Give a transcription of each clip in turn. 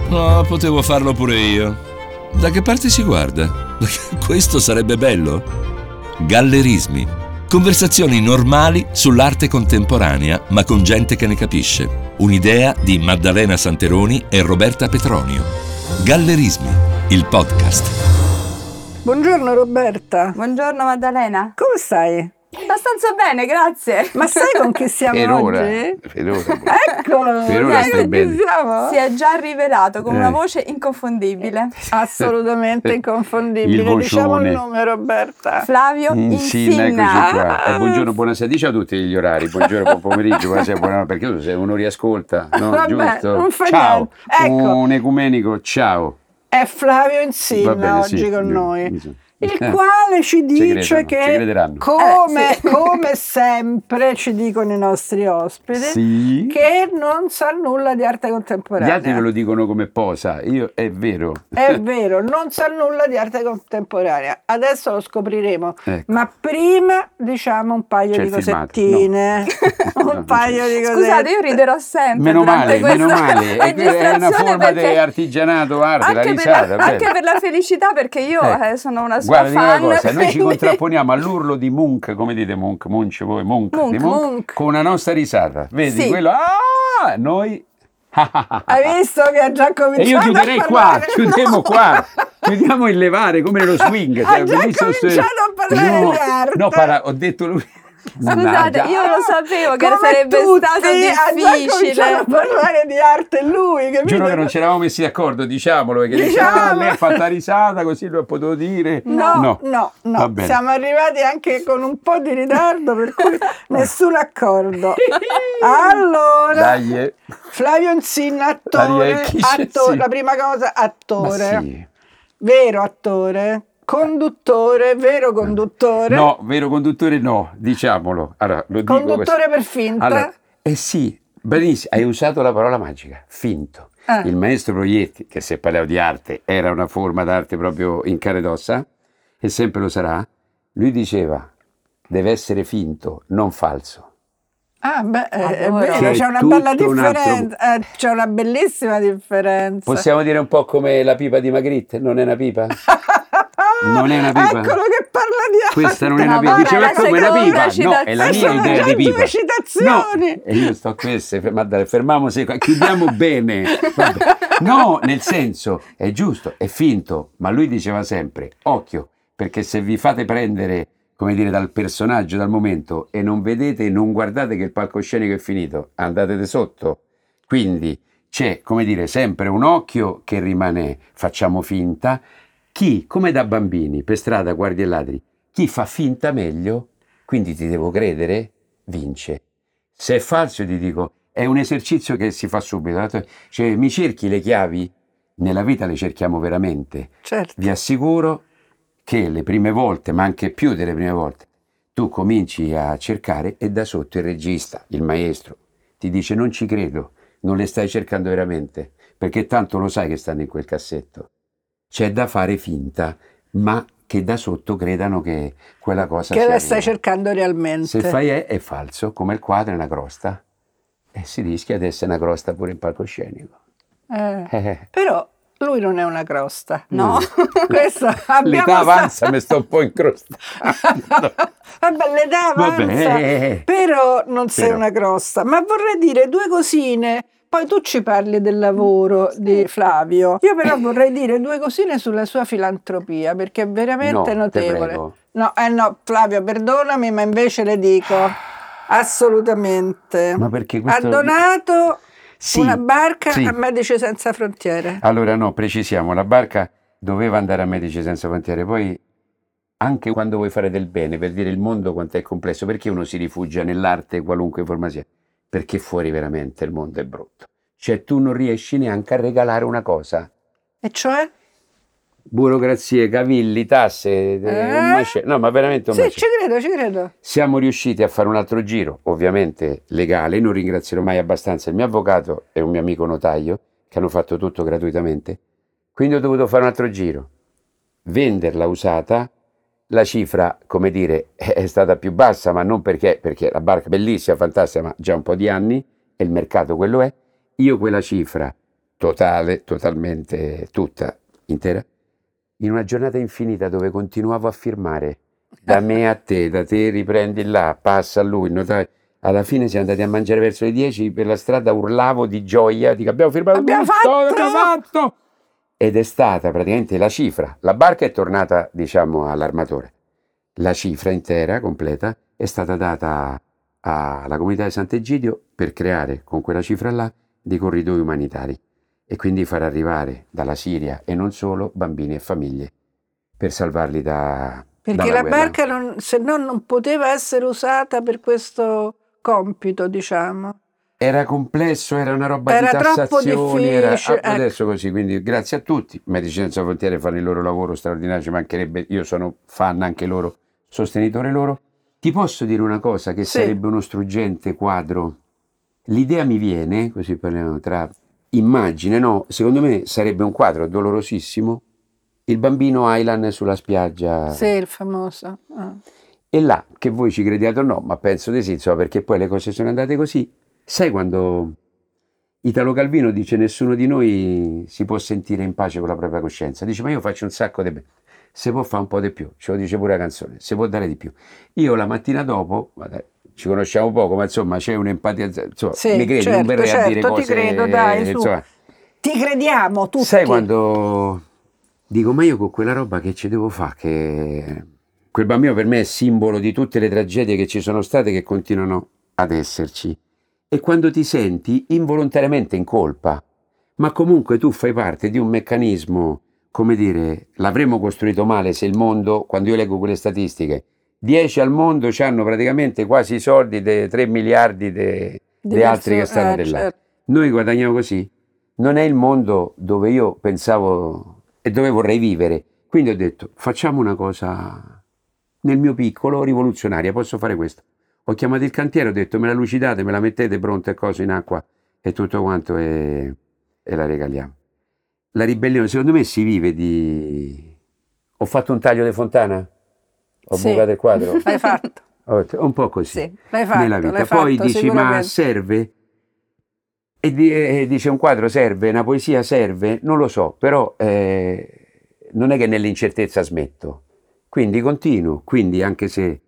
No, potevo farlo pure io. Da che parte si guarda? Questo sarebbe bello? Gallerismi. Conversazioni normali sull'arte contemporanea, ma con gente che ne capisce. Un'idea di Maddalena Santeroni e Roberta Petronio. Gallerismi, il podcast. Buongiorno Roberta. Buongiorno Maddalena. Come stai? Abbastanza bene, grazie. Ma sai con chi siamo oggi? Eccolo! Per ora stai bene. Si è già rivelato con una voce inconfondibile. Assolutamente inconfondibile. Diciamo il nome, Roberta. Flavio Insinna. Eccoci qua. Buongiorno, buonasera. Dici a tutti gli orari. Buongiorno, buon pomeriggio, buonasera, buonanotte, perché tu sei uno riascolta, no? Vabbè, Giusto? non fa Ciao. niente. Ecco. Un ecumenico, ciao. È Flavio Insinna bene, oggi sì, con sì, noi. sì. Il quale ci dice che, come sempre ci dicono i nostri ospiti, sì, che non sa nulla di arte contemporanea. Gli altri ve lo dicono come posa, io è vero. È vero, non sa nulla di arte contemporanea. Adesso lo scopriremo, ecco. Ma prima diciamo un paio di cosettine. No. Un paio di cosette. Scusate, io riderò sempre. Meno male. È una forma perché... di artigianato, arte, la risata. Anche per la felicità, perché io sono una sua guarda, fan. Una cosa, noi ci contrapponiamo all'urlo di Munch, come dite Munch, voi, Munch, con una nostra risata. Vedi, quello, noi... Hai visto che ha già cominciato? E io chiuderei qua, chiudiamo qua. Chiudiamo il levare come nello swing. Ha già cominciato a parlare di arte. No, ho detto lui. Scusate, io lo sapevo che come sarebbe stato difficile. Ha già a parlare di arte lui, capito? Giuro che non ci eravamo messi d'accordo, diciamolo, perché lei ha fatto la risata, così lo ho potuto dire. No. Siamo arrivati anche con un po' di ritardo, per cui nessun accordo. Allora, dai. Flavio Insinna, attore, sì. La prima cosa, attore. Ma sì. Vero attore. Conduttore, vero conduttore? No, vero conduttore no, diciamolo. Allora, lo dico conduttore per finta? Allora, sì, benissimo, hai usato la parola magica, finto. Il maestro Proietti, che se parliamo di arte, era una forma d'arte proprio in carne ed ossa, e sempre lo sarà, lui diceva, deve essere finto, non falso. È vero, c'è una bella differenza, c'è una bellissima differenza. Possiamo dire un po' come la pipa di Magritte, non è una pipa? Non è una pipa. Eccolo che parla di arte. Questa non è una pipa. Diceva come una pipa. No, è la mia idea di pipa. Citazioni. No, e io sto a queste. Ma fermiamoci qua. Chiudiamo bene. Vabbè. No, nel senso, è giusto, è finto. Ma lui diceva sempre, occhio, perché se vi fate prendere, come dire, dal personaggio, dal momento, e non vedete, non guardate che il palcoscenico è finito, andate di sotto. Quindi c'è, come dire, sempre un occhio che rimane, facciamo finta. Chi, come da bambini, per strada guardi e ladri, chi fa finta meglio, quindi ti devo credere, vince. Se è falso ti dico, è un esercizio che si fa subito. Cioè, mi cerchi le chiavi? Nella vita le cerchiamo veramente. Certo. Vi assicuro che le prime volte, ma anche più delle prime volte, tu cominci a cercare e da sotto il regista, il maestro, ti dice non ci credo, non le stai cercando veramente, perché tanto lo sai che stanno in quel cassetto. C'è da fare finta, ma che da sotto credano che quella cosa che sia la stai cercando realmente. Se fai è falso, come il quadro è una crosta, e si rischia di essere una crosta pure in palcoscenico. Però lui non è una crosta. No. L'età avanza, mi sto un po' incrostando. Vabbè, l'età avanza, però non sei una crosta. Ma vorrei dire due cosine. Poi tu ci parli del lavoro di Flavio. Io però vorrei dire due cosine sulla sua filantropia, perché è veramente notevole. No, Flavio, perdonami, ma invece le dico assolutamente. Ma perché questo... Ha donato una barca a Medici Senza Frontiere. Allora no, precisiamo, la barca doveva andare a Medici Senza Frontiere, poi anche quando vuoi fare del bene, per dire il mondo quanto è complesso, perché uno si rifugia nell'arte qualunque forma sia? Perché fuori veramente il mondo è brutto. Cioè tu non riesci neanche a regalare una cosa. E cioè? Burocrazie, cavilli, tasse, un macello. No, ma veramente un macello. Ci credo. Siamo riusciti a fare un altro giro, ovviamente legale, non ringrazierò mai abbastanza il mio avvocato e un mio amico notaio, che hanno fatto tutto gratuitamente. Quindi ho dovuto fare un altro giro. Venderla usata, la cifra, come dire, è stata più bassa, ma non perché la barca è bellissima, fantastica, ma già un po' di anni, e il mercato quello è. Io quella cifra totale, totalmente tutta, intera, in una giornata infinita dove continuavo a firmare da me a te, da te riprendi là, passa a lui, il notaio. Alla fine siamo andati a mangiare verso le 10, per la strada urlavo di gioia, dico abbiamo firmato Abbiamo tutto, fatto! l'abbiamo fatto! Ed è stata praticamente la cifra, la barca è tornata diciamo all'armatore, la cifra intera, completa, è stata data alla comunità di Sant'Egidio per creare con quella cifra là dei corridoi umanitari e quindi far arrivare dalla Siria e non solo bambini e famiglie per salvarli perché dalla la guerra. barca se no non poteva essere usata per questo compito, diciamo. Era complesso, era una roba Era di troppo tassazioni, difficile, ecco. adesso così, quindi grazie a tutti. Medici Senza Frontiere fanno il loro lavoro straordinario, ci mancherebbe, io sono fan anche loro, sostenitore loro. Ti posso dire una cosa che Sì. sarebbe uno struggente quadro? L'idea mi viene, così parliamo tra immagine, no? Secondo me sarebbe un quadro dolorosissimo, il bambino Aylan sulla spiaggia. Sì, il famoso. E là, che voi ci crediate o no, ma penso di sì, insomma, perché poi le cose sono andate così. Sai quando Italo Calvino dice nessuno di noi si può sentire in pace con la propria coscienza? Dice ma io faccio un sacco di bene, se può fare un po' di più, ce lo dice pure la canzone, se può dare di più. Io la mattina dopo, ci conosciamo poco, ma insomma c'è un'empatia, insomma, Sì, mi credi, certo, non verrei a dire cose... ti credo, dai, su. Insomma, Ti crediamo tutti. sai quando dico ma io con quella roba che ci devo fare, che quel bambino per me è simbolo di tutte le tragedie che ci sono state e che continuano ad esserci. E quando ti senti involontariamente in colpa, ma comunque tu fai parte di un meccanismo, come dire, l'avremmo costruito male se il mondo, quando io leggo quelle statistiche, 10 al mondo hanno praticamente quasi i soldi dei 3 miliardi di altri che stanno di là. Certo. Noi guadagniamo così. Non è il mondo dove io pensavo e dove vorrei vivere. Quindi ho detto, facciamo una cosa nel mio piccolo, rivoluzionaria, posso fare questo. Ho chiamato il cantiere, ho detto me la lucidate, me la mettete pronta e cose in acqua e tutto quanto e la regaliamo. La ribellione secondo me si vive di... Ho fatto un taglio di fontana? Ho bucato il quadro? L'hai fatto. Un po' così, Sì, l'hai fatto, nella vita. l'hai Poi fatto, dici ma sicuramente. serve? E dice un quadro serve, una poesia serve? Non lo so, però non è che nell'incertezza smetto. Quindi continuo, quindi anche se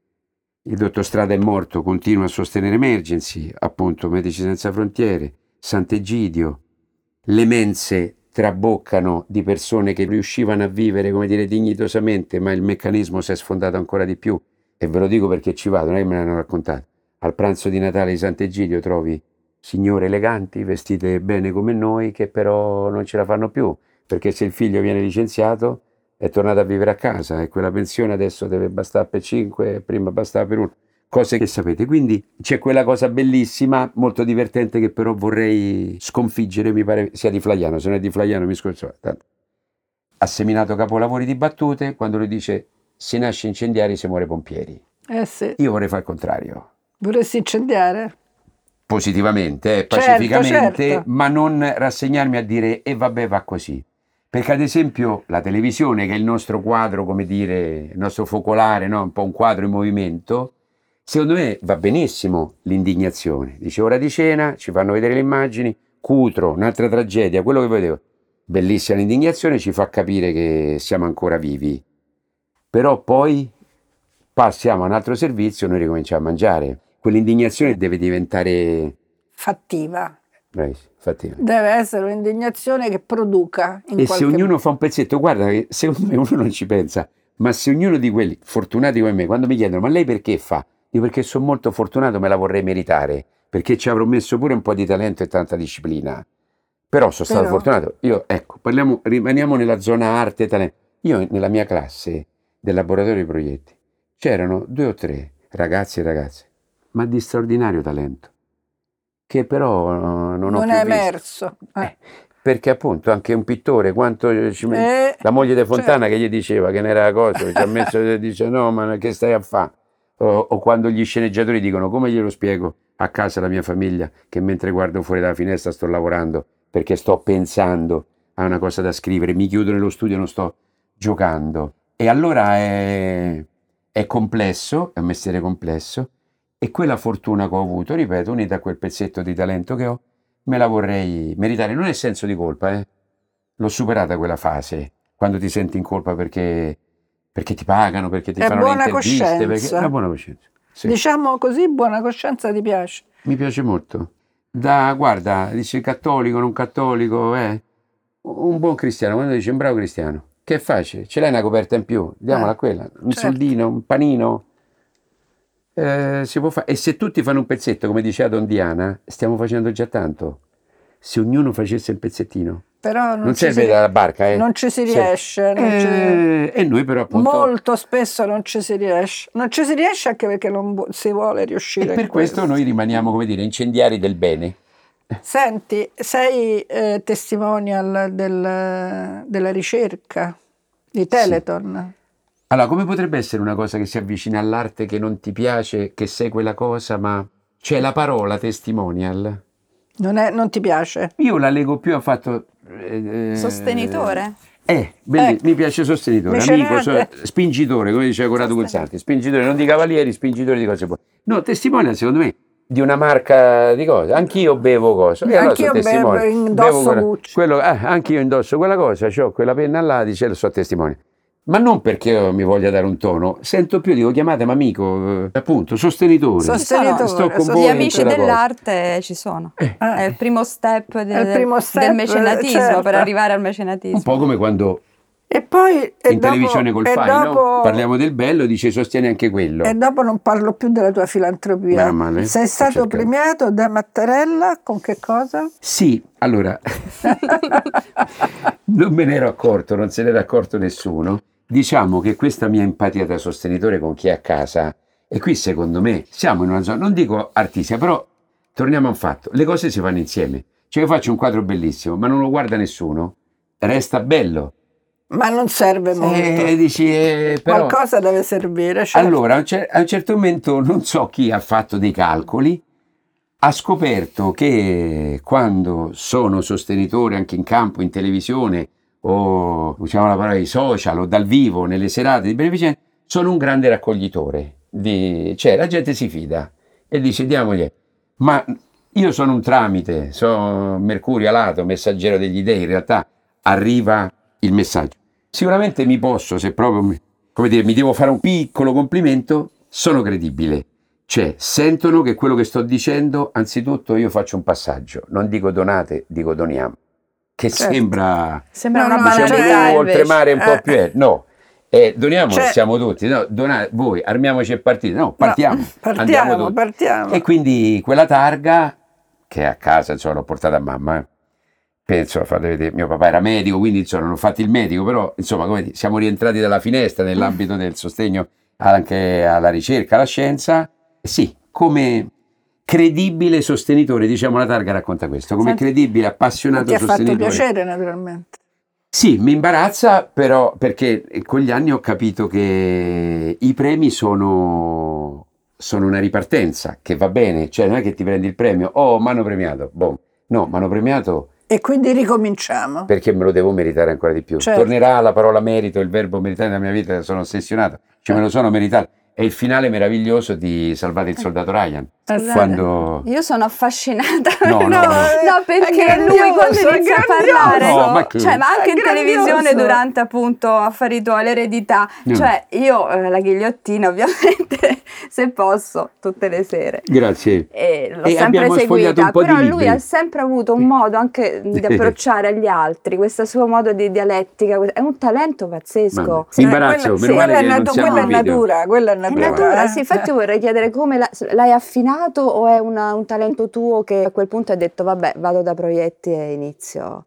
il dottor Strada è morto, continuo a sostenere Emergency, appunto Medici Senza Frontiere, Sant'Egidio, le mense traboccano di persone che riuscivano a vivere, come dire, dignitosamente, ma il meccanismo si è sfondato ancora di più. E ve lo dico perché ci vado, non è che me l'hanno raccontato. Al pranzo di Natale di Sant'Egidio trovi signore eleganti, vestite bene come noi, che però non ce la fanno più, perché se il figlio viene licenziato è tornato a vivere a casa e quella pensione adesso deve bastare per 5, prima bastava per 1. Cose che sapete. Quindi c'è quella cosa bellissima, molto divertente, che però vorrei sconfiggere, mi pare sia di Flaiano, se non è di Flaiano mi scuso. Ha seminato capolavori di battute, quando lui dice si nasce incendiari, si muore pompieri. Sì. Io vorrei fare il contrario. Vorresti incendiare? Positivamente, pacificamente, certo. ma non rassegnarmi a dire e vabbè va così. Perché ad esempio la televisione, che è il nostro quadro, come dire, il nostro focolare, no? Un po' un quadro in movimento, secondo me va benissimo l'indignazione. Dice ora di cena, ci fanno vedere le immagini, Cutro, un'altra tragedia, quello che vedevo. Bellissima l'indignazione, ci fa capire che siamo ancora vivi. Però poi passiamo a un altro servizio, noi ricominciamo a mangiare. Quell'indignazione deve diventare... fattiva. Bravissimo, fattiva. Deve essere un'indignazione che produca. E se ognuno fa un pezzetto, guarda che secondo me uno non ci pensa, ma se ognuno di quelli fortunati come me, quando mi chiedono ma lei perché fa? Dico perché sono molto fortunato, me la vorrei meritare, perché ci avrò messo pure un po' di talento e tanta disciplina. Però sono stato fortunato. Io, ecco, rimaniamo nella zona arte e talento. Io nella mia classe del laboratorio di progetti c'erano 2 o 3 ragazzi e ragazze, ma di straordinario talento, che però non ho più è visto. emerso. Perché appunto anche un pittore, quanto ci mette, la moglie di Fontana, certo, che gli diceva che non era cosa, ci ha messo, dice no ma che stai a fare? O quando gli sceneggiatori dicono come glielo spiego a casa alla mia famiglia che mentre guardo fuori dalla finestra sto lavorando perché sto pensando a una cosa da scrivere, mi chiudo nello studio, non sto giocando. E allora è complesso, è un mestiere complesso, e quella fortuna che ho avuto, ripeto, unita a quel pezzetto di talento che ho, me la vorrei meritare. Non è senso di colpa, l'ho superata quella fase, quando ti senti in colpa perché ti pagano, perché ti fanno le interviste, perché è una buona coscienza. Sì. Diciamo così, buona coscienza ti piace? Mi piace molto. Guarda, dice cattolico, non cattolico, un buon cristiano, quando dice un bravo cristiano, che è facile, ce l'hai una coperta in più, diamola a quella, un soldino, un panino, si può fare. E se tutti fanno un pezzetto, come diceva Don Diana, stiamo facendo già tanto. Se ognuno facesse un pezzettino. Però non serve la barca, non ci si riesce. E noi però appunto... Molto spesso non ci si riesce. Non ci si riesce anche perché non si vuole riuscire. E per questo noi rimaniamo, come dire, incendiari del bene. Senti, sei testimonial della ricerca di Telethon. Sì. Allora, come potrebbe essere una cosa che si avvicina all'arte che non ti piace, che sei quella cosa, ma... Cioè la parola testimonial... Non ti piace? Io la leggo più a fatto... sostenitore. Mi piace sostenitore, amico, spingitore, come diceva Corrado Guzzanti, spingitore non di cavalieri, spingitore di cose buone. No, testimonial secondo me di una marca di cose. Anch'io bevo cose. Anch'io indosso Gucci. Anch'io indosso quella cosa, ho quella penna là, dice lo so testimone. Ma non perché io mi voglia dare un tono, sento più, dico chiamatemi amico, appunto, sostenitore. Sto con voi. Gli amici dell'arte ci sono. È il primo step del mecenatismo, per arrivare al mecenatismo. Un po' come quando e poi, televisione col fai, no? Parliamo del bello, dice sostieni anche quello. E dopo non parlo più della tua filantropia. Sei stato premiato da Mattarella con che cosa? Sì, allora, non me ne ero accorto, non se n'era accorto nessuno. Diciamo che questa mia empatia da sostenitore con chi è a casa, e qui secondo me siamo in una zona, non dico artistica, però torniamo a un fatto, le cose si fanno insieme. Cioè io faccio un quadro bellissimo, ma non lo guarda nessuno, resta bello. Ma non serve molto. Dici, però, qualcosa deve servire. Certo. Allora, a un certo momento, non so chi ha fatto dei calcoli, ha scoperto che quando sono sostenitore anche in campo, in televisione, o usiamo la parola di social, o dal vivo, nelle serate di beneficenza, sono un grande raccoglitore. Cioè, la gente si fida e dice, diamogli, ma io sono un tramite, sono Mercurio alato, messaggero degli dei, in realtà arriva il messaggio. Sicuramente mi posso, se proprio, mi devo fare un piccolo complimento, sono credibile. Cioè, sentono che quello che sto dicendo, anzitutto io faccio un passaggio, non dico donate, dico doniamo. Che sembra una banalità, oltremare un po' più. No, doniamo, siamo tutti, no, donate, voi, armiamoci e partite. No, partiamo. Partiamo. E quindi quella targa, che a casa, insomma, l'ho portata a mamma, penso, fate vedere, mio papà era medico, quindi insomma non ho fatto il medico, però insomma come dire, siamo rientrati dalla finestra nell'ambito del sostegno anche alla ricerca, alla scienza. Sì, come credibile sostenitore, diciamo, la targa racconta questo, come credibile, appassionato sostenitore. Ti ha fatto piacere, naturalmente. Sì, mi imbarazza, però, perché con gli anni ho capito che i premi sono una ripartenza, che va bene, cioè non è che ti prendi il premio, mi hanno premiato, no, mi hanno premiato. E quindi ricominciamo. Perché me lo devo meritare ancora di più. Certo. Tornerà la parola merito, il verbo meritare nella mia vita, sono ossessionato, me lo sono meritato. È il finale meraviglioso di Salvate il soldato Ryan. Quando... Io sono affascinata. No, perché lui quando inizia a parlare, ma anche in televisione durante appunto Affari tuoi, l'eredità, cioè io la ghigliottina ovviamente, se posso, tutte le sere. Grazie. E l'ho sempre seguita, però lui ha sempre avuto un modo anche di approcciare agli altri, questo suo modo di dialettica, è un talento pazzesco. Mi imbarazzo, meno male che non siamo in video. Quella è natura. Sì, infatti vorrei chiedere come l'hai affinato o è un talento tuo che a quel punto hai detto vabbè vado da Proietti e inizio?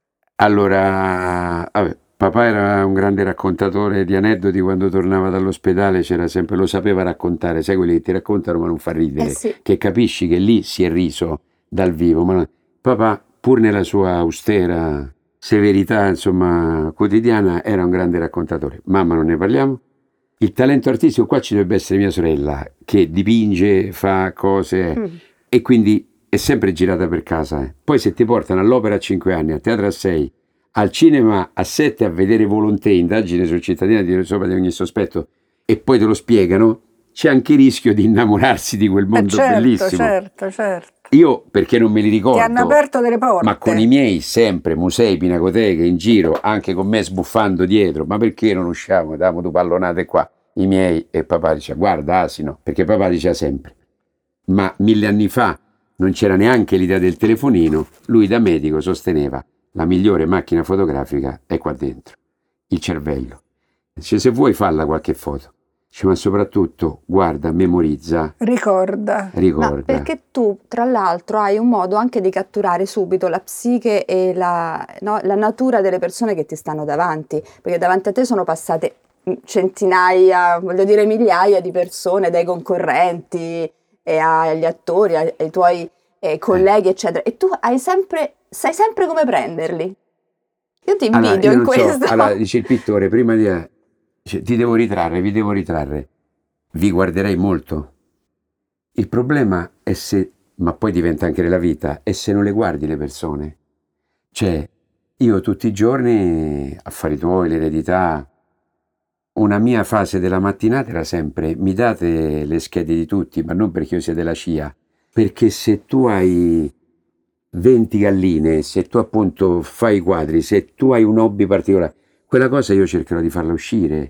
Allora, papà era un grande raccontatore di aneddoti, quando tornava dall'ospedale c'era sempre, lo sapeva raccontare, sai quelli che ti raccontano ma non fa ridere, sì. Che capisci che lì si è riso dal vivo, ma papà pur nella sua austera severità insomma quotidiana era un grande raccontatore. Mamma non ne parliamo. Il talento artistico qua ci dovrebbe essere mia sorella che dipinge, fa cose e quindi è sempre girata per casa. Poi se ti portano all'opera a 5 anni, al teatro a 6, al cinema a 7 a vedere Volonté, indagine sul cittadino di sopra di ogni sospetto, e poi te lo spiegano, c'è anche il rischio di innamorarsi di quel mondo bellissimo. Certo. Io perché non me li ricordo. Ti hanno aperto delle porte. Ma con i miei sempre, musei, pinacoteche, in giro, anche con me sbuffando dietro. Ma perché non usciamo? Davamo due pallonate qua. I miei e papà diceva, guarda asino, perché papà diceva sempre. Ma 1000 anni fa non c'era neanche l'idea del telefonino. Lui da medico sosteneva, la migliore macchina fotografica è qua dentro, il cervello. Dice, se vuoi falla qualche foto. Dice, ma soprattutto guarda, memorizza, ricorda. Ma perché tu tra l'altro hai un modo anche di catturare subito la psiche e la natura delle persone che ti stanno davanti, perché davanti a te sono passate centinaia, voglio dire migliaia di persone, dai concorrenti e agli attori, ai tuoi colleghi eccetera, e tu sai sempre come prenderli. Io ti invidio in questo. Allora dice il pittore, prima di dice, vi devo ritrarre, vi guarderei molto. Il problema è se, ma poi diventa anche nella vita, è se non le guardi le persone. Cioè, io tutti i giorni, affari tuoi, l'eredità, una mia fase della mattinata era sempre, mi date le schede di tutti, ma non perché io sia della CIA, perché se tu hai 20 galline, se tu appunto fai i quadri, se tu hai un hobby particolare, quella cosa io cercherò di farla uscire.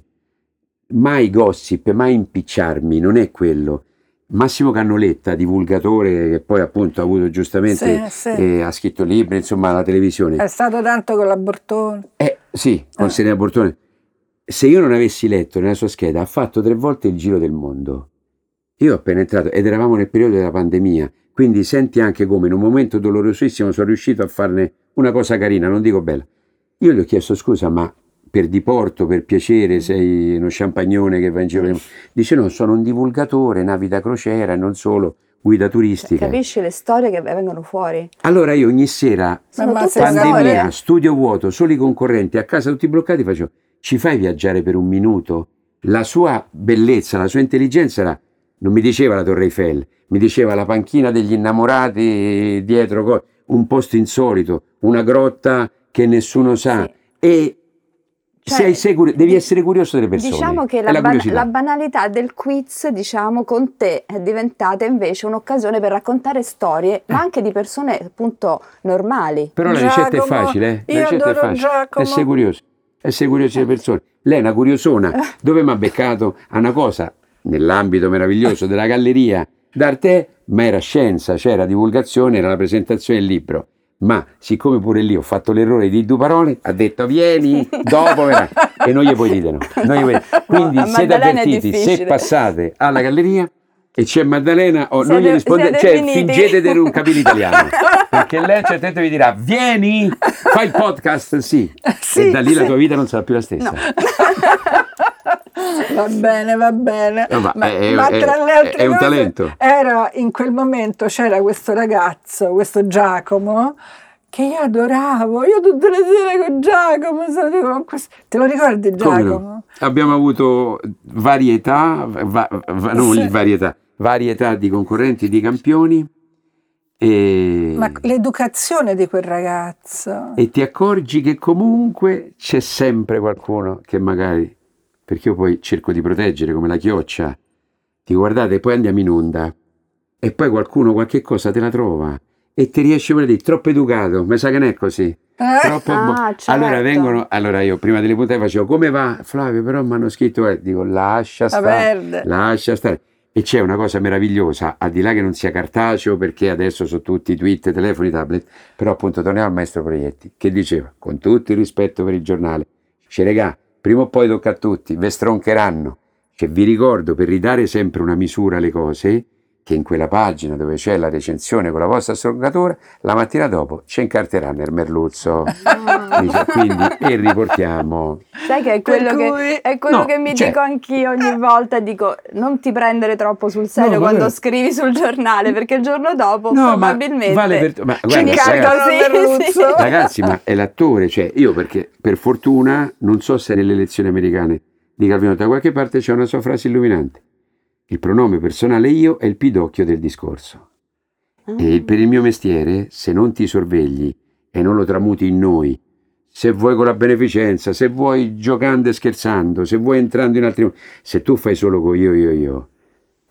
Mai gossip, mai impicciarmi, non è quello. Massimo Cannoletta, divulgatore, che poi appunto ha avuto giustamente, ha scritto libri, insomma, alla televisione. È stato tanto con la Bortone. Sì, con Serena Bortone. Se io non avessi letto nella sua scheda, ha fatto 3 volte il giro del mondo. Io ho appena entrato, ed eravamo nel periodo della pandemia, quindi senti anche come in un momento dolorosissimo sono riuscito a farne una cosa carina, non dico bella. Io gli ho chiesto scusa, ma per diporto, per piacere, sei uno champagnone che va in giro? Dice no, sono un divulgatore, navi da crociera e non solo, guida turistica. Capisci le storie che vengono fuori? Allora io ogni sera, pandemia, studio vuoto, soli concorrenti, a casa tutti bloccati, facevo, ci fai viaggiare per un minuto? La sua bellezza, la sua intelligenza era, non mi diceva la Torre Eiffel, mi diceva la panchina degli innamorati dietro, un posto insolito, una grotta che nessuno sa. Sì. E devi essere curioso delle persone. Diciamo che la banalità del quiz, diciamo, con te è diventata invece un'occasione per raccontare storie, ma anche di persone appunto normali. Però la ricetta è facile, la ricetta è facile. Essere curioso delle persone. Lei è una curiosona. Dove mi ha beccato a una cosa nell'ambito meraviglioso della galleria d'arte, ma era scienza, c'era divulgazione, era la presentazione del libro. Ma siccome pure lì ho fatto l'errore di 2 parole, ha detto vieni, dopo verrà. E non gli puoi dire no. Quindi siete avvertiti, se passate alla galleria e c'è Maddalena, non gli rispondete, cioè fingete di non capire l'italiano. Perché lei certamente vi dirà vieni, fai il podcast, sì. E da lì la tua vita non sarà più la stessa. No. Va bene. No, ma tra le altre cose, un talento. Era in quel momento c'era questo ragazzo, questo Giacomo, che io adoravo. Io tutte le sere con Giacomo te lo ricordi Giacomo? No? Abbiamo avuto varietà di concorrenti, di campioni. Ma l'educazione di quel ragazzo. E ti accorgi che comunque c'è sempre qualcuno che magari, perché io poi cerco di proteggere come la chioccia, ti guardate, poi andiamo in onda e poi qualcuno qualche cosa te la trova e ti riesce a dire troppo educato, mi sa che non è così. Troppo certo. Allora io prima delle puntate facevo come va Flavio, però mi hanno scritto dico lascia stare. E c'è una cosa meravigliosa, al di là che non sia cartaceo, perché adesso sono tutti tweet, telefoni, tablet, però appunto torniamo al maestro Proietti, che diceva, con tutto il rispetto per il giornale, dice regà, prima o poi tocca a tutti, ve stroncheranno. Che vi ricordo, per ridare sempre una misura alle cose, che in quella pagina dove c'è la recensione con la vostra stroncatura, la mattina dopo ci incarteranno il merluzzo. Quindi, e riportiamo. Sai che è quello che mi dico anch'io ogni volta, dico non ti prendere troppo sul serio quando scrivi sul giornale, perché il giorno dopo probabilmente ci incartano il merluzzo. Ragazzi, ma è l'attore, cioè io perché per fortuna, non so se nelle elezioni americane di Calvino da qualche parte c'è una sua frase illuminante. Il pronome personale io è il pidocchio del discorso. E per il mio mestiere, se non ti sorvegli e non lo tramuti in noi, se vuoi con la beneficenza, se vuoi giocando e scherzando, se vuoi entrando in altri... Se tu fai solo con io,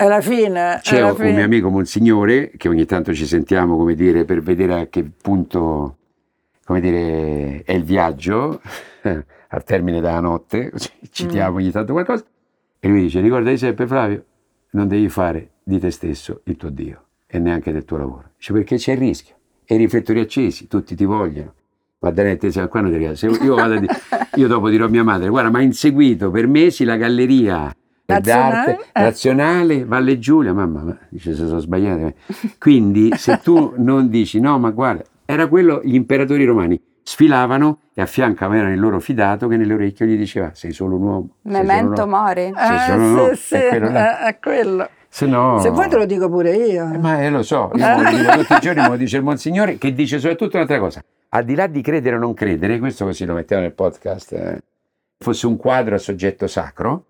È la fine. C'è un mio amico Monsignore, che ogni tanto ci sentiamo, come dire, per vedere a che punto, come dire, è il viaggio, al termine della notte, citiamo ogni tanto qualcosa, e lui dice: ricordati sempre, Flavio, non devi fare di te stesso il tuo Dio, e neanche del tuo lavoro. Dice, perché c'è il rischio, e i riflettori accesi, tutti ti vogliono. Qua non ti riesco. Io dopo dirò a mia madre: guarda, ma ha inseguito per mesi la galleria d'arte nazionale Valle Giulia, mamma dice, se sono sbagliate. Quindi se tu non dici no, ma guarda, era quello, gli imperatori romani sfilavano e a fianco avevano il loro fidato che nell'orecchio gli diceva: sei solo un uomo, memento mori. È quello. Se vuoi te lo dico pure io. Ma lo so, io me lo dico tutti i giorni, me lo dice il Monsignore, che dice soprattutto un'altra cosa: al di là di credere o non credere, questo così lo mettiamo nel podcast, fosse un quadro a soggetto sacro,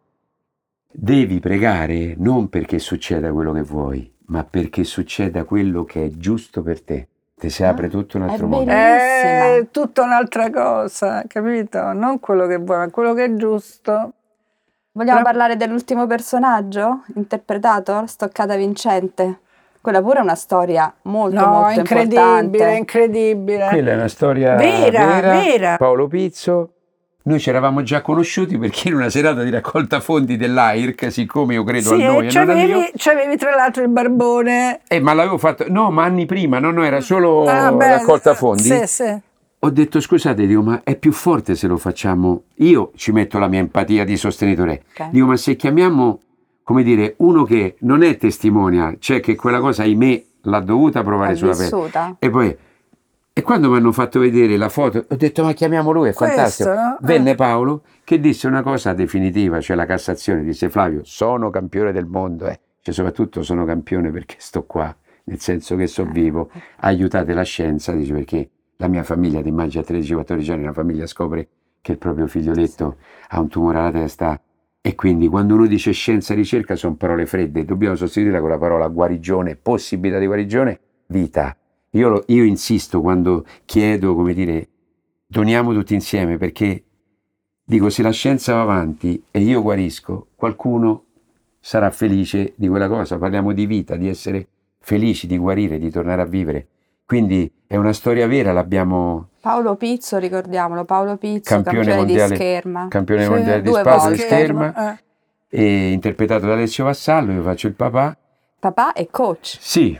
devi pregare non perché succeda quello che vuoi, ma perché succeda quello che è giusto per te. Ti si apre tutto un altro mondo. È tutta un'altra cosa, capito? Non quello che vuoi, ma quello che è giusto. Vogliamo parlare dell'ultimo personaggio interpretato? Stoccata Vincente. Quella pure è una storia molto importante. Incredibile. Quella è una storia vera. Paolo Pizzo. Noi ci eravamo già conosciuti perché in una serata di raccolta fondi dell'AIRC, siccome io credo a noi e non a Dio. C'avevi tra l'altro il barbone. Ma l'avevo fatto, ma anni prima, no, era solo raccolta fondi. Sì. Ho detto, scusate, dico, ma è più forte se lo facciamo, io ci metto la mia empatia di sostenitore, dico, ma se chiamiamo, come dire, uno che non è testimonia, cioè che quella cosa, ahimè, l'ha dovuta provare sulla pelle, e quando mi hanno fatto vedere la foto ho detto, ma chiamiamo lui, è fantastico. Venne Paolo che disse una cosa definitiva, cioè la Cassazione disse: Flavio, sono campione del mondo, cioè soprattutto sono campione perché sto qua, nel senso che so vivo, aiutate la scienza, dice, perché la mia famiglia, ti immagini, a 13-14 anni, una famiglia scopre che il proprio figlioletto ha un tumore alla testa, e quindi quando uno dice scienza e ricerca sono parole fredde, dobbiamo sostituirla con la parola guarigione, possibilità di guarigione, vita. Io insisto quando chiedo, come dire, doniamo tutti insieme, perché dico, se la scienza va avanti e io guarisco, qualcuno sarà felice di quella cosa. Parliamo di vita, di essere felici, di guarire, di tornare a vivere. Quindi è una storia vera, l'abbiamo... Paolo Pizzo, ricordiamolo, Paolo Pizzo, campione mondiale di scherma. Campione mondiale di spasa di scherma, e interpretato da Alessio Vassallo, io faccio il papà. Papà e coach. Sì,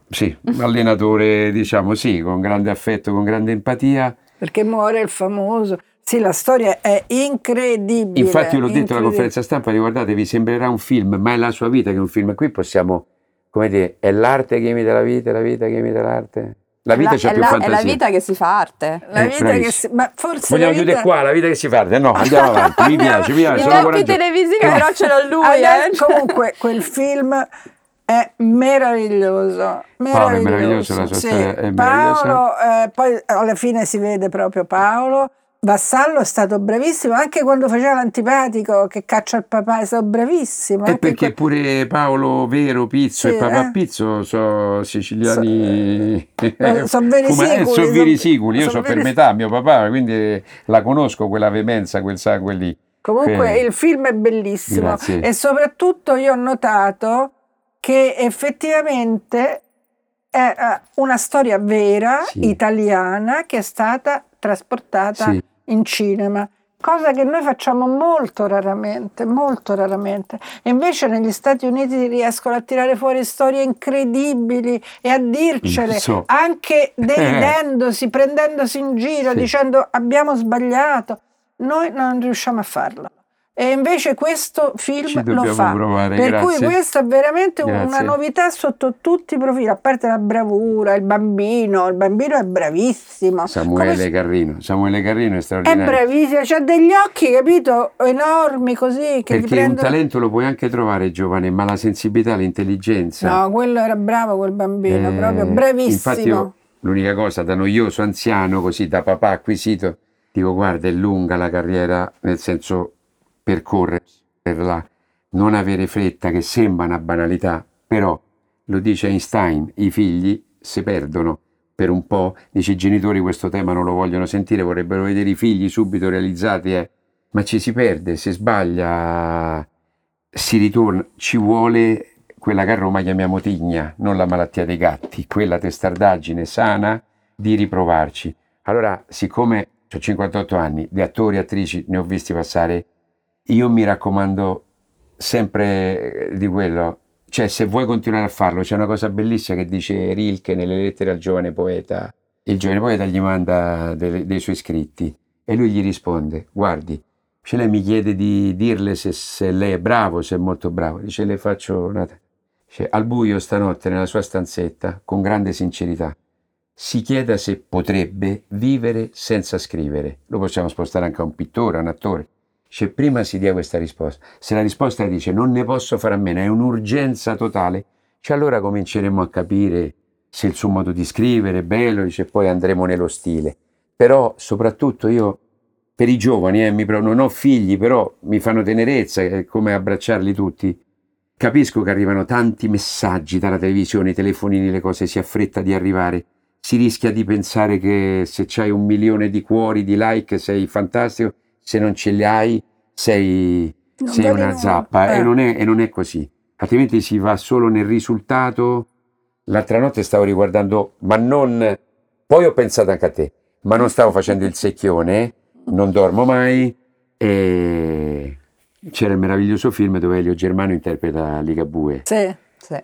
allenatore, diciamo, sì, con grande affetto, con grande empatia. Perché muore il famoso... Sì, la storia è incredibile. Infatti io l'ho detto alla conferenza stampa, riguardate, vi sembrerà un film, ma è la sua vita che è un film. Qui possiamo, come dire, è l'arte che imita la vita, la vita che imita l'arte. La vita c'è più fantasia. È la vita che si fa arte. La vita che ma forse vogliamo chiudere qua, la vita che si fa arte. No, andiamo avanti, mi piace. I tempi televisivi però ce l'ho lui. Comunque quel film è meraviglioso. Paolo è meraviglioso, la sua storia è meravigliosa. Paolo, poi alla fine si vede proprio Paolo. Vassallo è stato bravissimo anche quando faceva l'antipatico che caccia il papà, è stato bravissimo. E perché pure Paolo Vero Pizzo e papà Pizzo sono siciliani, sono veri siculi. Io sono per metà mio papà, quindi la conosco quella veemenza, quel sangue lì. Comunque il film è bellissimo. Grazie. E soprattutto io ho notato che effettivamente è una storia vera, italiana, che è stata trasportata in cinema, cosa che noi facciamo molto raramente. E invece negli Stati Uniti riescono a tirare fuori storie incredibili e a dircele, anche deridendosi, prendendosi in giro, dicendo abbiamo sbagliato. Noi non riusciamo a farlo. E invece questo film lo fa, per cui questa è veramente una novità sotto tutti i profili, a parte la bravura, il bambino è bravissimo. Samuele Carrino è straordinario. È bravissimo, c'ha degli occhi, capito, enormi così. Che perché un talento lo puoi anche trovare giovane, ma la sensibilità, l'intelligenza. No, quello era bravo quel bambino, proprio bravissimo. Infatti io, l'unica cosa da noioso anziano, così da papà acquisito, dico guarda, è lunga la carriera, nel senso percorrerla, non avere fretta, che sembra una banalità, però lo dice Einstein, i figli si perdono per un po', dice i genitori questo tema non lo vogliono sentire, vorrebbero vedere i figli subito realizzati, ma ci si perde, si sbaglia, si ritorna, ci vuole quella che a Roma chiamiamo tigna, non la malattia dei gatti, quella testardaggine sana di riprovarci. Allora, siccome ho 58 anni, di attori, attrici ne ho visti passare, io mi raccomando sempre di quello, cioè se vuoi continuare a farlo, c'è una cosa bellissima che dice Rilke nelle lettere al giovane poeta. Il giovane poeta gli manda dei suoi scritti e lui gli risponde: guardi, cioè lei mi chiede di dirle se lei è bravo, se è molto bravo. Dice: le faccio al buio stanotte nella sua stanzetta, con grande sincerità, si chieda se potrebbe vivere senza scrivere. Lo possiamo spostare anche a un pittore, a un attore. Cioè, prima si dia questa risposta. Se la risposta dice non ne posso fare a meno, è un'urgenza totale, cioè allora cominceremo a capire se il suo modo di scrivere è bello, dice, poi andremo nello stile. Però soprattutto io, per i giovani, non ho figli, però mi fanno tenerezza, è come abbracciarli tutti. Capisco che arrivano tanti messaggi dalla televisione, i telefonini, le cose, si affretta di arrivare. Si rischia di pensare che se c'hai 1 milione di cuori, di like, sei fantastico, se non ce li hai sei una zappa. E non è così. Altrimenti si va solo nel risultato. L'altra notte stavo riguardando, poi ho pensato anche a te, ma non stavo facendo il secchione, non dormo mai, e c'era il meraviglioso film dove Elio Germano interpreta Ligabue. Sì.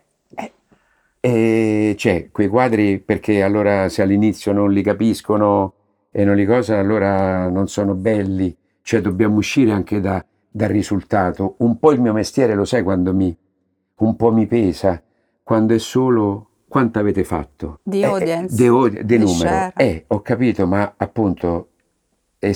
E c'è quei quadri, perché allora se all'inizio non li capiscono e non li cosa, allora non sono belli, cioè dobbiamo uscire anche dal risultato. Un po' il mio mestiere, lo sai, quando un po' mi pesa, quando è solo quanto avete fatto di audience, di numero, ho capito, ma appunto, e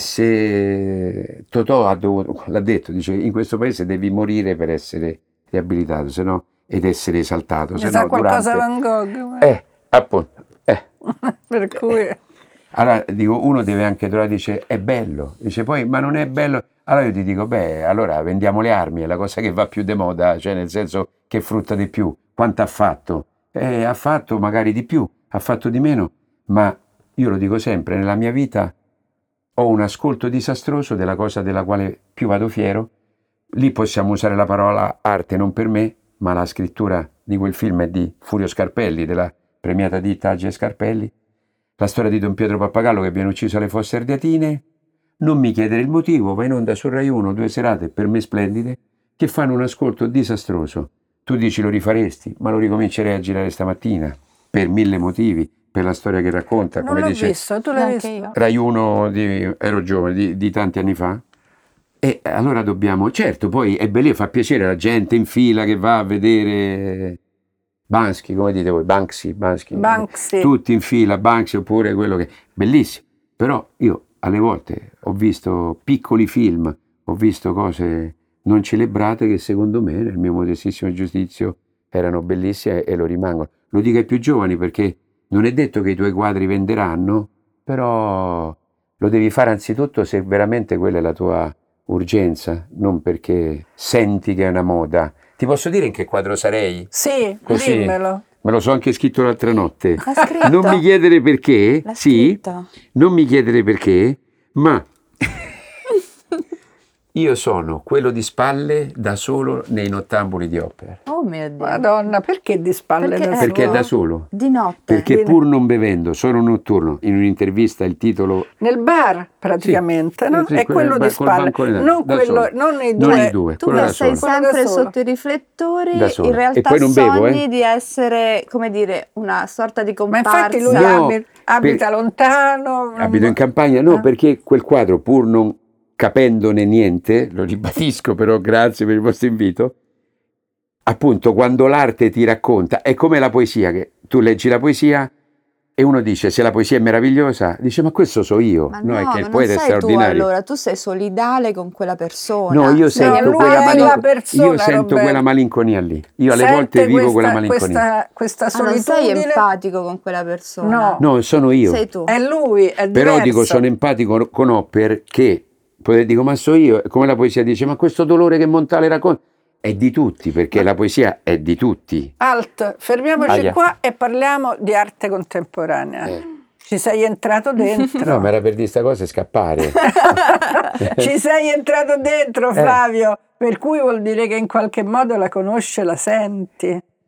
se Totò l'ha detto, dice, in questo paese devi morire per essere riabilitato, se no, ed essere esaltato, se no qualcosa Van Gogh, appunto, per cui allora dico, uno deve anche trovare, dice è bello, dice poi ma non è bello, allora io ti dico allora vendiamo le armi, è la cosa che va più di moda, cioè nel senso che frutta di più. Quanto ha fatto? Ha fatto magari di più, ha fatto di meno, ma io lo dico sempre, nella mia vita ho un ascolto disastroso della cosa della quale più vado fiero. Lì possiamo usare la parola arte, non per me, ma la scrittura di quel film è di Furio Scarpelli, della premiata ditta Agi e Scarpelli, la storia di Don Pietro Pappagallo che viene ucciso alle Fosse Ardeatine. Non mi chiedere il motivo, va in onda su Rai 1, 2 serate per me splendide, che fanno un ascolto disastroso. Tu dici lo rifaresti, ma lo ricomincerei a girare stamattina, per 1000 motivi, per la storia che racconta. Non come l'ho dice, visto, tu l'hai visto? Rai 1, ero giovane, di tanti anni fa. E allora dobbiamo, certo, poi è bello, fa piacere la gente in fila che va a vedere Banksy, come dite voi, Banksy, tutti in fila, Banksy, oppure quello che, bellissimo. Però io alle volte ho visto piccoli film, ho visto cose non celebrate che secondo me, nel mio modestissimo giudizio, erano bellissime e lo rimangono. Lo dico ai più giovani perché non è detto che i tuoi quadri venderanno, però lo devi fare anzitutto se veramente quella è la tua urgenza, non perché senti che è una moda. Ti posso dire in che quadro sarei? Sì, così, dimmelo. Me lo so anche scritto l'altra notte. L'ha scritto? Non mi chiedere perché, L'ha sì, scritto. Non mi chiedere perché, ma io sono quello di spalle da solo nei nottambuli di Opera. Oh mio Dio. Madonna, perché di spalle Perché da Perché solo? è da solo. Di notte. Perché pur non bevendo, sono notturno. In un'intervista il titolo... Nel bar praticamente, Sì, no? sì, È quello di spalle, non i due. Tu che sei sempre sotto i riflettori, Da solo. in realtà E poi non bevo, sogni di essere, come dire, una sorta di Ma comparsa. infatti lui abita lontano. Abito in campagna, no, perché quel quadro, pur non capendone niente, lo ribadisco, però grazie per il vostro invito, appunto quando l'arte ti racconta, è come la poesia, che tu leggi la poesia e uno dice, se la poesia è meravigliosa, dice, ma questo so io. Ma no, è che il non poeta è sei straordinario. tu allora, tu sei solidale con quella persona. No, io sento Roberto. quella malinconia lì. Io alle volte vivo quella malinconia. Questa non solitudine. sei empatico con quella persona. No, sono io. Sei tu. È lui, è Però diverso. dico, sono empatico con Hopper che, poi dico, ma so io, come la poesia dice, ma questo dolore che Montale racconta, è di tutti, perché la poesia è di tutti. Alt, fermiamoci qua e parliamo di arte contemporanea. Ci sei entrato dentro. No, ma era per dire sta cosa e scappare. Ci sei entrato dentro, Flavio, per cui vuol dire che in qualche modo la conosci e la senti.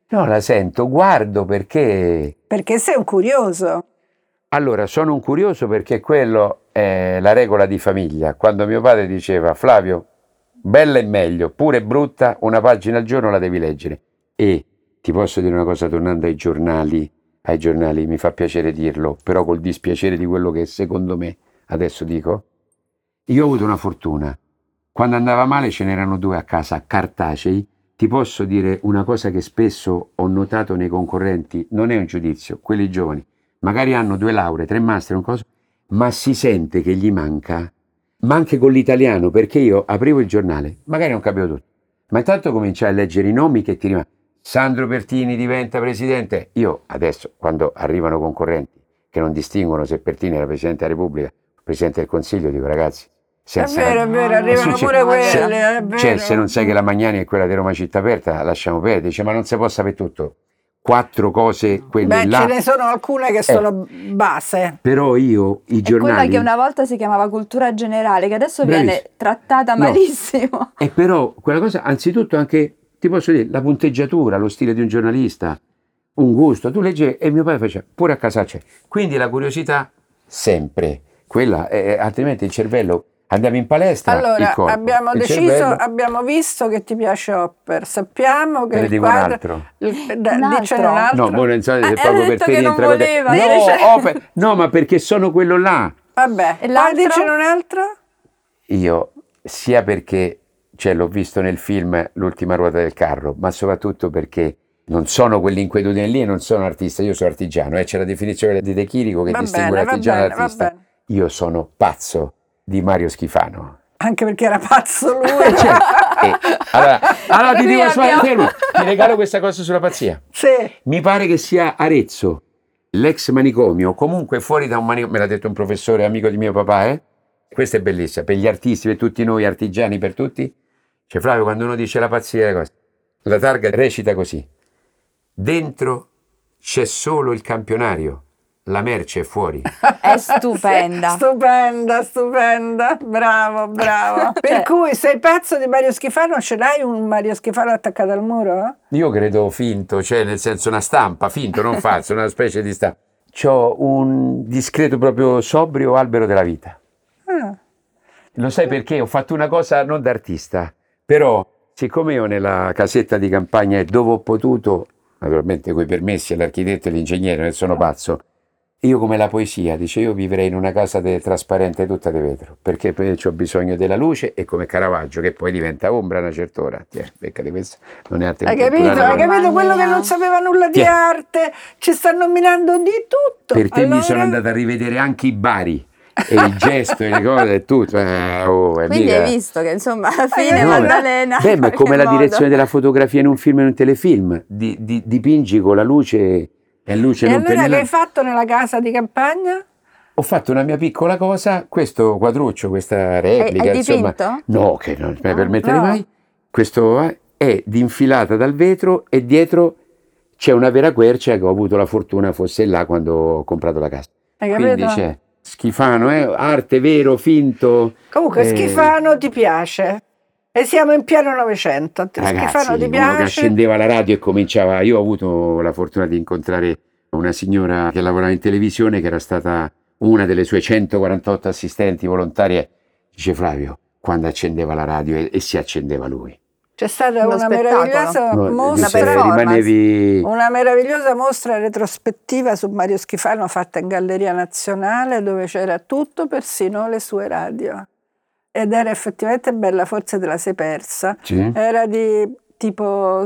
No, la sento, guardo perché... Perché sei un curioso. Allora, sono un curioso perché quello è la regola di famiglia. Quando mio padre diceva, Flavio, bella e meglio, pure brutta, una pagina al giorno la devi leggere. E ti posso dire una cosa, tornando ai giornali, mi fa piacere dirlo, però col dispiacere di quello che secondo me, adesso dico, io ho avuto una fortuna. Quando andava male ce n'erano 2 a casa, cartacei. Ti posso dire una cosa che spesso ho notato nei concorrenti, non è un giudizio, quelli giovani, magari hanno 2 lauree, 3 master, un coso, ma si sente che gli manca, ma anche con l'italiano, perché io aprivo il giornale, magari non capivo tutto, ma intanto cominciai a leggere i nomi che ti rimangono. Sandro Pertini diventa presidente. Io adesso, quando arrivano concorrenti che non distinguono se Pertini era Presidente della Repubblica o Presidente del Consiglio, dico ragazzi, è vero, arrivano pure quelle, è vero. Cioè, se non sai che la Magnani è quella di Roma Città Aperta, lasciamo perdere. Dice, ma non si può sapere tutto. 4 cose, quelle là. Ce ne sono alcune che sono base. Però io, i giornali... È quella che una volta si chiamava cultura generale, che adesso viene trattata malissimo. E però, quella cosa, anzitutto anche, ti posso dire, la punteggiatura, lo stile di un giornalista, un gusto. Tu leggi, e mio padre faceva, pure a casa c'è. Quindi la curiosità, sempre. Quella, altrimenti il cervello... Andiamo in palestra. Allora, corpo, abbiamo deciso, cervello. Abbiamo visto che ti piace Hopper. Sappiamo che Ne dico un altro. Dicene un altro. No, voi non sapete se proprio per te rientra. No, ma perché sono quello là. Vabbè, e poi dicene un altro? Io, sia perché l'ho visto nel film L'ultima ruota del carro, ma soprattutto perché non sono quell'inquietudine lì e non sono artista, io sono artigiano. C'è la definizione di De Chirico che distingue l'artigiano dall'artista. Io sono pazzo di Mario Schifano. Anche perché era pazzo lui. Allora ti dico, fermo, ti regalo questa cosa sulla pazzia. Sì. Mi pare che sia Arezzo, l'ex manicomio, comunque fuori da un manicomio, me l'ha detto un professore amico di mio papà, questa è bellissima, per gli artisti, per tutti noi artigiani, per tutti. C'è Flavio, quando uno dice la pazzia, la targa recita così: dentro c'è solo il campionario, la merce è fuori. È stupenda. Stupenda. Bravo. Per cui sei pazzo di Mario Schifano? Ce l'hai un Mario Schifano attaccato al muro? Io credo finto, nel senso una stampa, finto, non falso, una specie di stampa. C'ho un discreto proprio sobrio albero della vita. Lo sai perché? Ho fatto una cosa non da artista, però siccome io nella casetta di campagna dove ho potuto, naturalmente coi permessi all'architetto e all'ingegnere, non sono pazzo, io come la poesia, dice, io vivrei in una casa trasparente tutta di vetro, perché poi ho bisogno della luce, e come Caravaggio che poi diventa ombra a una certa ora. Beccate questo, non è arte. Hai capito quello che non sapeva nulla di arte? Ci stanno nominando di tutto. Per te mi sono andato a rivedere anche i Bari, e il gesto e le cose e tutto. Quindi hai visto che insomma alla fine Maddalena... ma è come la direzione della fotografia in un film e in un telefilm, dipingi con la luce... E allora che hai fatto nella casa di campagna? Ho fatto una mia piccola cosa, questo quadruccio, questa replica, hai insomma. Dipinto? No, che non me permetterei mai. Questo è d'infilata dal vetro e dietro c'è una vera quercia che ho avuto la fortuna fosse là quando ho comprato la casa. Hai capito? Quindi c'è Schifano, arte vero, finto. Comunque Schifano ti piace? E siamo in pieno Novecento. Ragazzi, uno che accendeva la radio e cominciava. Io ho avuto la fortuna di incontrare una signora che lavorava in televisione, che era stata una delle sue 148 assistenti volontarie. Dice, Flavio, quando accendeva la radio e si accendeva lui. C'è stata una meravigliosa mostra, una meravigliosa mostra retrospettiva su Mario Schifano fatta in Galleria Nazionale, dove c'era tutto, persino le sue radio. Ed era effettivamente bella, forse te la sei persa. Sì. Era di tipo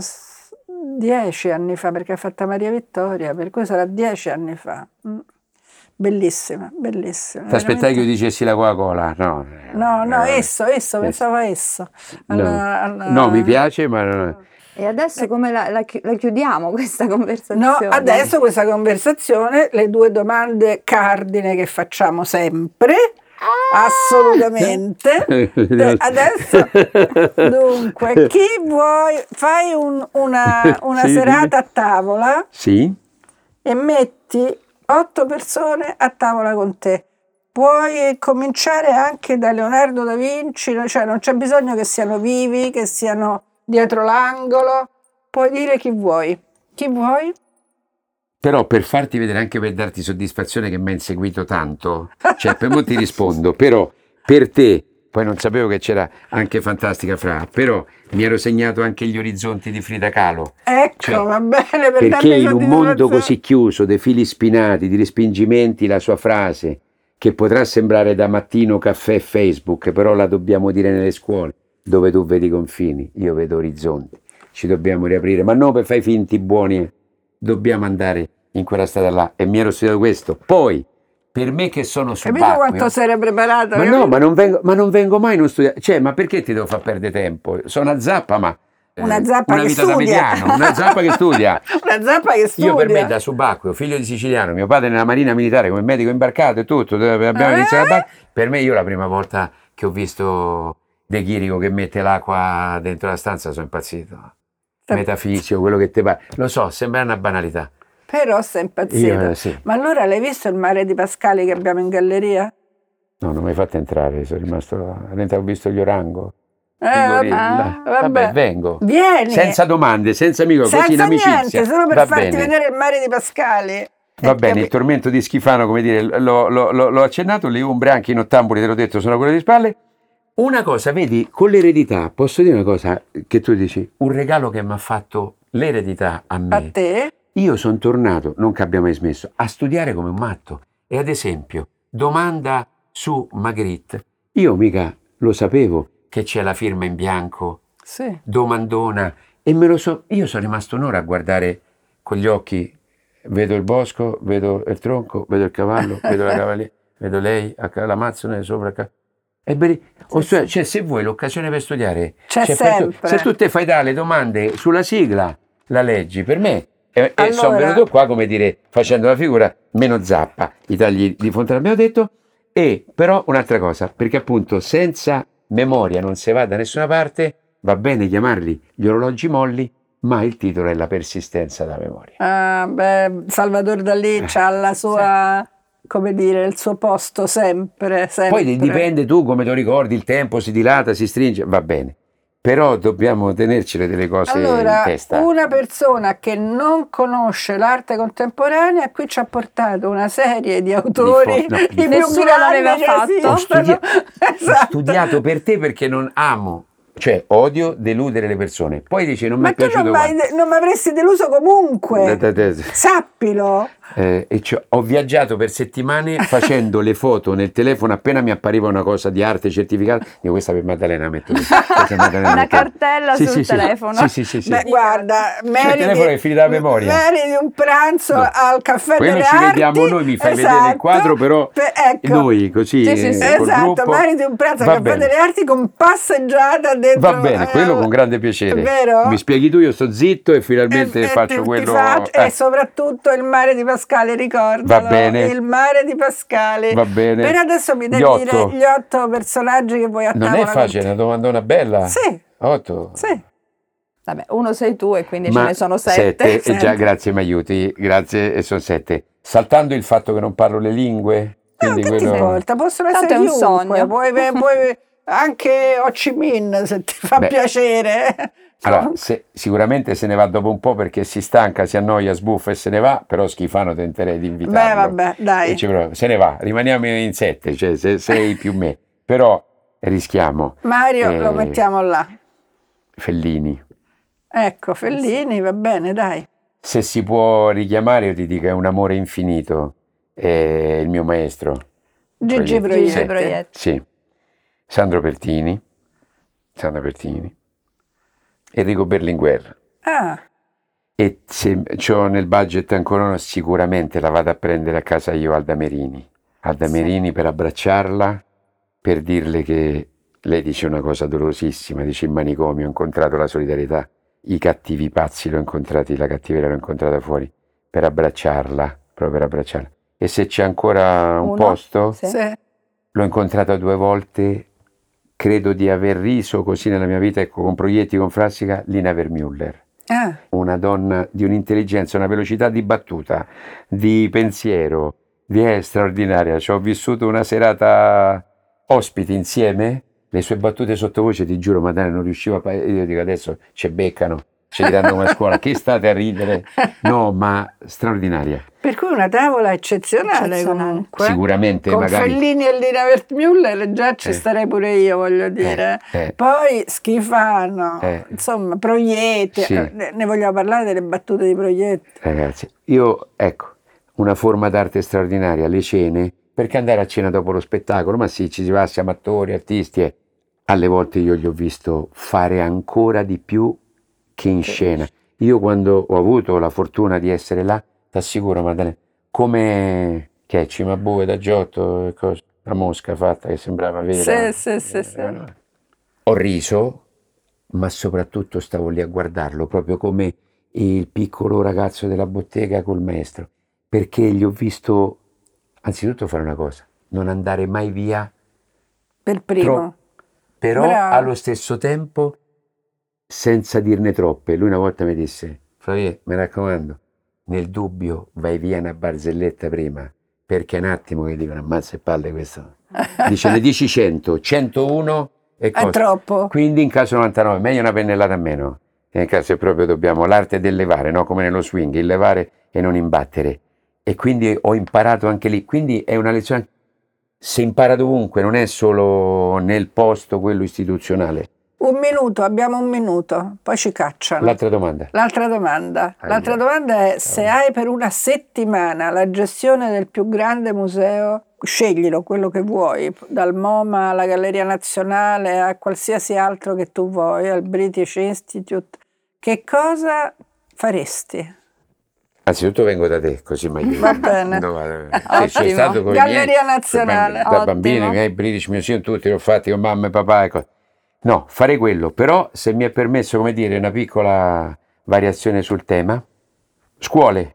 10 anni fa, perché ha fatto Maria Vittoria, per cui sarà 10 anni fa. Bellissima. Ti aspettavi che io dicessi la Coca-Cola? No, esso, pensavo a esso. No, mi piace, ma... E adesso come la chiudiamo questa conversazione? No, adesso questa conversazione, le 2 domande cardine che facciamo sempre... Assolutamente. Adesso dunque, chi vuoi, fai una serata a tavola, sì, e metti 8 persone a tavola con te. Puoi cominciare anche da Leonardo da Vinci, cioè non c'è bisogno che siano vivi, che siano dietro l'angolo, puoi dire chi vuoi. Chi vuoi? Però per farti vedere, anche per darti soddisfazione che mi hai inseguito tanto, cioè per mo ti rispondo, però per te, poi non sapevo che c'era anche Fantastica Fra, però mi ero segnato anche Gli orizzonti di Frida Kahlo. Ecco, cioè, va bene. perché in un mondo così chiuso, dei fili spinati, di respingimenti, la sua frase, che potrà sembrare da mattino, caffè e Facebook, però la dobbiamo dire nelle scuole, dove tu vedi confini, io vedo orizzonti, ci dobbiamo riaprire, ma non per fare i finti buoni, dobbiamo andare in quella strada là, e mi ero studiato questo. Poi, per me che sono subacqueo... Capito quanto sei preparato? Ma no, ma non vengo mai non studiare, cioè, ma perché ti devo far perdere tempo? Sono a zappa, ma... Una zappa una che vita da studia. mediano, una zappa che studia. Una zappa che studia. Io per me da subacqueo, figlio di siciliano, mio padre nella marina militare come medico imbarcato e tutto, abbiamo iniziato a barca. Per me, io la prima volta che ho visto De Chirico che mette l'acqua dentro la stanza sono impazzito. Metafisico, quello che ti pare. Lo so, sembra una banalità. Però sei impazzito. Sì. Ma allora l'hai visto il mare di Pascali che abbiamo in galleria? No, non mi hai fatto entrare, sono rimasto là. Ho visto gli orango. Vabbè, vengo. Vieni. Senza domande, senza amico, così in amicizia. Niente, solo per farti vedere il mare di Pascali. Va bene, il tormento di Schifano, come dire, l'ho accennato, le umbre anche in ottamboli, te l'ho detto, sono quelle di spalle. Una cosa, vedi, con l'eredità, posso dire una cosa che tu dici, un regalo che mi ha fatto l'eredità a me. A te? Io sono tornato, non che abbia mai smesso, a studiare come un matto. E ad esempio, domanda su Magritte, io mica lo sapevo che c'è la firma in bianco, sì. Domandona, e io sono rimasto un'ora a guardare con gli occhi, vedo il bosco, vedo il tronco, vedo il cavallo, vedo la cavaliera, vedo lei, la mazzone sopra. È bellissimo. Cioè, se vuoi l'occasione per studiare, c'è sempre. Se tu te fai dare le domande sulla sigla, la leggi, per me. E sono venuto qua, come dire, facendo la figura, meno zappa, i tagli di Fontana abbiamo detto, e però un'altra cosa, perché appunto senza memoria non si va da nessuna parte, va bene chiamarli gli orologi molli, ma il titolo è La persistenza della memoria. Salvador Dalì c'ha la sua, come dire, il suo posto sempre. Poi dipende tu come lo ricordi, il tempo si dilata, si stringe, va bene. Però dobbiamo tenercele delle cose in testa. Una persona che non conosce l'arte contemporanea qui ci ha portato una serie di autori i più grandi l'aveva fatto. Ho studiato per te perché non amo, cioè odio deludere le persone. Poi dici non mi è piaciuto. Ma tu non mi avresti deluso comunque. Sappilo. Ho viaggiato per settimane facendo le foto nel telefono appena mi appariva una cosa di arte certificata. Io questa per Maddalena metto una cartella sul telefono. Sì. Beh, guarda, il telefono è finito la memoria. Meriti un pranzo al caffè quello delle ci arti. Vediamo noi, mi fai vedere il quadro, però noi così esatto, meriti un pranzo al caffè delle arti con passeggiata dentro. Va bene, quello con grande piacere. Vero? Mi spieghi tu, io sto zitto e finalmente faccio quello. E soprattutto il mare di Pascali, ricordalo. Va bene. Il mare di Pascali. Va bene. Per adesso mi devi dire gli 8 personaggi che vuoi a tavola. Non è facile, è una domandona bella. Sì. 8. Sì. Vabbè, uno sei tu e quindi ce ne sono 7. Già, grazie, mi aiuti. Grazie, e sono 7. Saltando il fatto che non parlo le lingue. Quindi che ti importa? Possono essere un sogno. Puoi anche Ho Chi Minh, se ti fa piacere. Allora, sicuramente se ne va dopo un po' perché si stanca, si annoia, sbuffa e se ne va, però Schifano tenterei di invitarlo. Vabbè, dai. Se ne va, rimaniamo in 7, cioè sei più me. Però rischiamo. Mario lo mettiamo là. Fellini. Ecco, Fellini, va bene, dai. Se si può richiamare, io ti dico, è un amore infinito, è il mio maestro. Gigi Proietti. Sì. Sandro Pertini. Enrico Berlinguer. E se c'ho nel budget ancora uno, sicuramente la vado a prendere a casa io, Alda Merini per abbracciarla, per dirle che lei dice una cosa dolorosissima, dice in manicomio ho incontrato la solidarietà, i cattivi pazzi l'ho incontrati, la cattiveria l'ho incontrata fuori, per abbracciarla, proprio per abbracciarla. E se c'è ancora un posto, l'ho incontrata 2 volte, credo di aver riso così nella mia vita, ecco, con Proietti, con Frassica, Lina Vermüller. Una donna di un'intelligenza, una velocità di battuta, di pensiero, straordinaria. Ci ho vissuto una serata ospiti insieme, le sue battute sottovoce, ti giuro, Madonna, non riuscivo io dico adesso ci beccano, ci diranno come a scuola, che state a ridere? No, ma straordinaria. Per cui una tavola eccezionale. Comunque. Sicuramente, con magari. Fellini e Lina Wertmüller già ci starei pure io, voglio dire. Poi Schifano, insomma, Proietti. Sì. Ne vogliamo parlare delle battute di Proietti. Ragazzi, io, ecco, una forma d'arte straordinaria, le cene, perché andare a cena dopo lo spettacolo? Ma sì, ci si va, siamo attori, artisti. Alle volte io li ho visto fare ancora di più che in scena. Io quando ho avuto la fortuna di essere là, t'assicuro, Maddalena, come che è Cimabue da Giotto, la mosca fatta che sembrava vera. Sì. Ho riso, ma soprattutto stavo lì a guardarlo, proprio come il piccolo ragazzo della bottega col maestro, perché gli ho visto anzitutto fare una cosa, non andare mai via per primo. Però bravo. Allo stesso tempo senza dirne troppe. Lui una volta mi disse: Flavio, mi raccomando, nel dubbio vai via una barzelletta prima, perché un attimo che dicono ammazza e palle questo. Dice ne dici 100, 101 e cosa? È troppo. Quindi in caso 99 meglio una pennellata a meno. Nel caso se proprio dobbiamo, l'arte del levare, no? Come nello swing, il levare e non imbattere. E quindi ho imparato anche lì. Quindi è una lezione. Si impara dovunque, non è solo nel posto quello istituzionale. Abbiamo un minuto, poi ci cacciano. L'altra domanda è: se hai per una settimana la gestione del più grande museo, sceglilo quello che vuoi, dal MoMA alla Galleria Nazionale a qualsiasi altro che tu vuoi, al British Institute, che cosa faresti? Anzitutto vengo da te, così meglio. Va bene. C'è stato con Galleria Nazionale. Da bambini, i miei British Museum, tutti li ho fatti con mamma e papà. No, farei quello. Però, se mi è permesso, come dire, una piccola variazione sul tema. Scuole,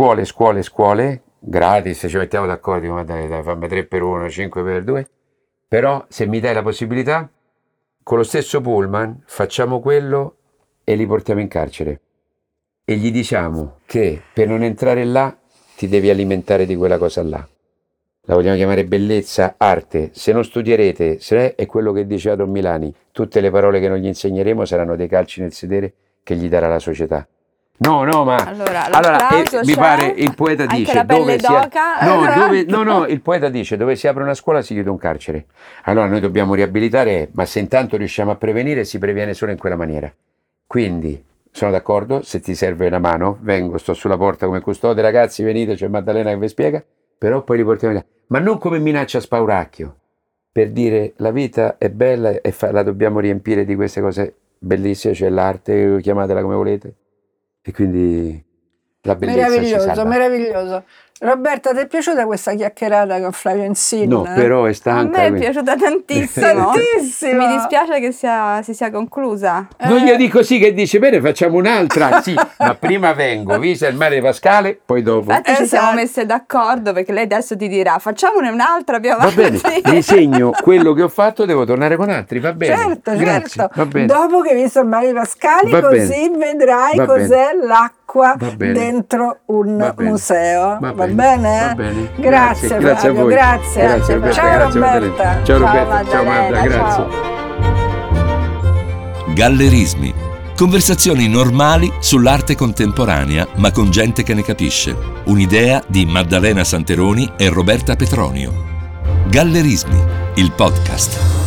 gratis, ci mettiamo d'accordo, ma dai, fammi 3x1, 5x2. Però, se mi dai la possibilità, con lo stesso pullman, facciamo quello e li portiamo in carcere. E gli diciamo che per non entrare là ti devi alimentare di quella cosa là. La vogliamo chiamare bellezza, arte. Se non studierete, è quello che diceva Don Milani, tutte le parole che non gli insegneremo saranno dei calci nel sedere che gli darà la società. No, ma allora mi pare il poeta dice dove il poeta dice dove si apre una scuola si chiude un carcere. Allora noi dobbiamo riabilitare, ma se intanto riusciamo a prevenire, si previene solo in quella maniera. Quindi sono d'accordo, se ti serve una mano, sto sulla porta come custode, ragazzi venite, c'è Maddalena che vi spiega, però poi li portiamo là. Ma non come minaccia spauracchio, per dire la vita è bella e la dobbiamo riempire di queste cose bellissime, c'è l'arte, chiamatela come volete, e quindi la bellezza ci salva. Meraviglioso. Roberta, ti è piaciuta questa chiacchierata con Flavio Ensin? No, però è stanca. A me è piaciuta tantissimo. Mi dispiace che si sia conclusa. Non gli dico sì che dice bene, facciamo un'altra. Sì, ma prima vengo, vista il mare di Pascale, poi dopo. Infatti ci siamo messe d'accordo perché lei adesso ti dirà facciamone un'altra più avanti. Va bene, mi segno quello che ho fatto, devo tornare con altri, va bene. Certo. Va bene. Dopo che hai visto il mare di Pascale, così vedrai cos'è l'acqua dentro un museo. Va bene? Grazie Flavio, grazie. Ciao Roberta. Ciao Roberta, ciao Magda, grazie. Gallerismi. Conversazioni normali sull'arte contemporanea, ma con gente che ne capisce. Un'idea di Maddalena Santeroni e Roberta Petronio. Gallerismi, il podcast.